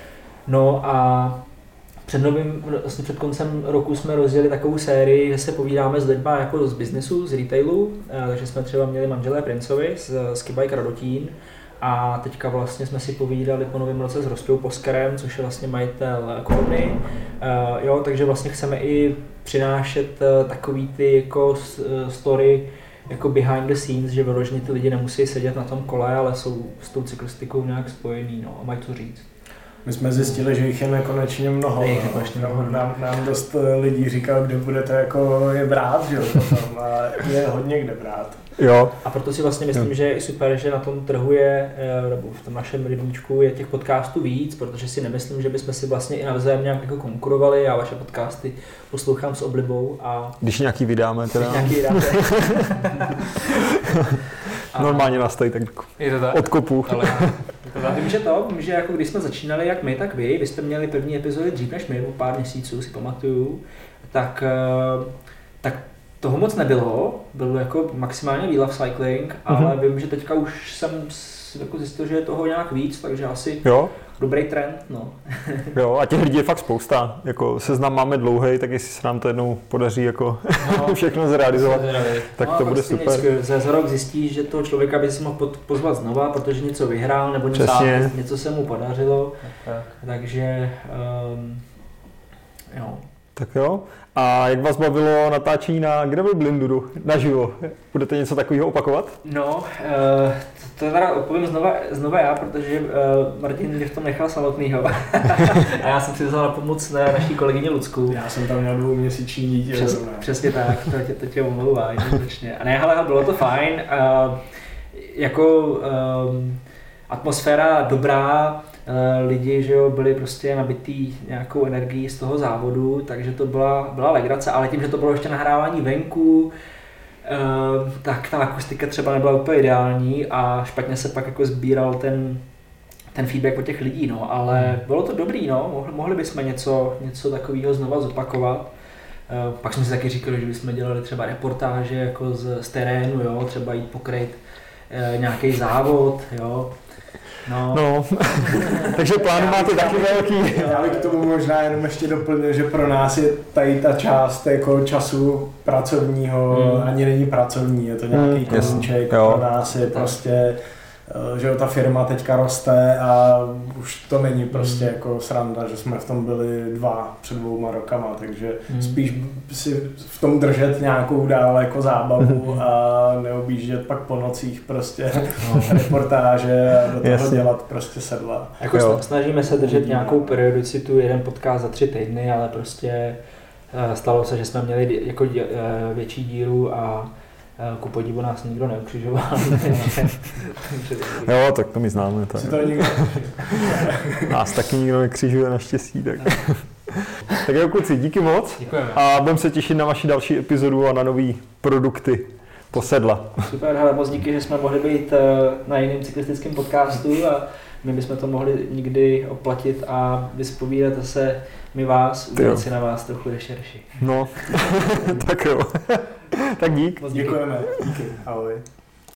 C: No a před novým, vlastně před koncem roku jsme rozjeli takovou sérii, že se povídáme s lidma jako z biznesu, z retailu, uh, takže jsme třeba měli manželé Princovi z Skibike Radotín. A teďka vlastně jsme si povídali po novém roce s Rostou Poskerem, což je vlastně majitel Kolony. Uh, jo, takže vlastně chceme i přinášet uh, takový ty jako uh, story jako behind the scenes, že vyloženě ty lidi nemusí sedět na tom kole, ale jsou s tou cyklistikou nějak spojený, no, a mají co říct.
D: My jsme zjistili, že jich je nekonečně mnoho.
C: Je
D: no.
C: mnoho.
D: Nám, nám dost lidí říkal, kde budete jako je brát, že jo, potom, a je hodně kde brát.
A: Jo.
C: A proto si vlastně myslím, jo. že je super, že na tom trhu je, nebo v tom našem rybníčku je těch podcastů víc, protože si nemyslím, že bychom si vlastně i navzájem nějak jako konkurovali. Já vaše podcasty poslouchám s oblibou a...
A: Když nějaký vydáme teda.
C: Když nějaký vydáme.
A: Normálně nás tady tak odkopu.
C: Ale vím, že to, vím, že jako když jsme začínali jak my, tak vy, vy jste měli první epizody dřív než my, o pár měsíců si pamatuju, tak, tak toho moc nebylo, bylo jako maximálně We Love Cycling, ale mm-hmm. vím, že teďka už jsem jako zjistil, že je toho nějak víc, takže asi jo. Dobrý trend, no.
A: Jo, a těch lidí je fakt spousta, jako seznam máme dlouhej, tak jestli se nám to jednou podaří jako no, všechno zrealizovat, tak
C: no,
A: to bude super.
C: Vždycky, za, za rok zjistíš, že toho člověka by si mohl pozvat znova, protože něco vyhrál, nebo něco, něco se mu podařilo, tak. takže um, jo.
A: Tak jo. A jak vás bavilo natáčení na Gravel Blinduru naživo? Budete něco takového opakovat?
C: No, uh, to, to teda odpovím znova, znova já, protože uh, Martin mě v tom nechal samotnýho. A já jsem si vzal na pomoc na naší kolegyně Lucku.
D: Já jsem tam měl dvouměsíční dítě.
C: Přes, přesně tak, to tě, to tě omlouvá, jednoznačně. A ne, ale bylo to fajn. Uh, jako um, atmosféra dobrá, lidi, že jo, byli prostě nabitý nějakou energií z toho závodu, takže to byla, byla legrace, ale tím, že to bylo ještě nahrávání venku, tak ta akustika třeba nebyla úplně ideální a špatně se pak jako sbíral ten, ten feedback od těch lidí, no, ale bylo to dobrý, no, mohli, mohli bychom něco, něco takového znova zopakovat. Pak jsme si taky říkali, že bychom dělali třeba reportáže jako z, z terénu, jo, třeba jít pokryt nějaký závod, jo. No,
E: no. Takže plány máte taky velký.
D: Já bych k tomu možná jenom ještě doplnil, že pro nás je tady ta část jako času pracovního, hmm. ani není pracovní, je to nějaký hmm, koníček, pro nás je prostě, že ta firma teďka roste a už to není prostě hmm. jako sranda, že jsme v tom byli dva před dvouma rokama, takže hmm. spíš si v tom držet nějakou dál jako zábavu a neobjíždět pak po nocích prostě no. reportáže a do toho Jasně. dělat prostě sedla.
C: Jako jo. snažíme se držet nějakou periodicitu, jeden podcast za tři týdny, ale prostě stalo se, že jsme měli jako větší díru a ku podivu nás nikdo neukřižoval.
E: Jo, tak to my známe. Tak.
D: To nikdo
E: nás taky nikdo nekřižuje naštěstí. Tak, tak jo, kluci, díky moc.
B: Děkujeme.
E: A budeme se těšit na vaši další epizodu a na nový produkty Posedla.
C: Super, hele, moc díky, že jsme mohli být na jiném cyklistickém podcastu a my bychom to mohli někdy oplatit a vyspovídat zase my vás, udělat si na vás trochu rešerši.
E: No, tak jo. Tak dík.
D: Děkujeme. Díky. Ahoj.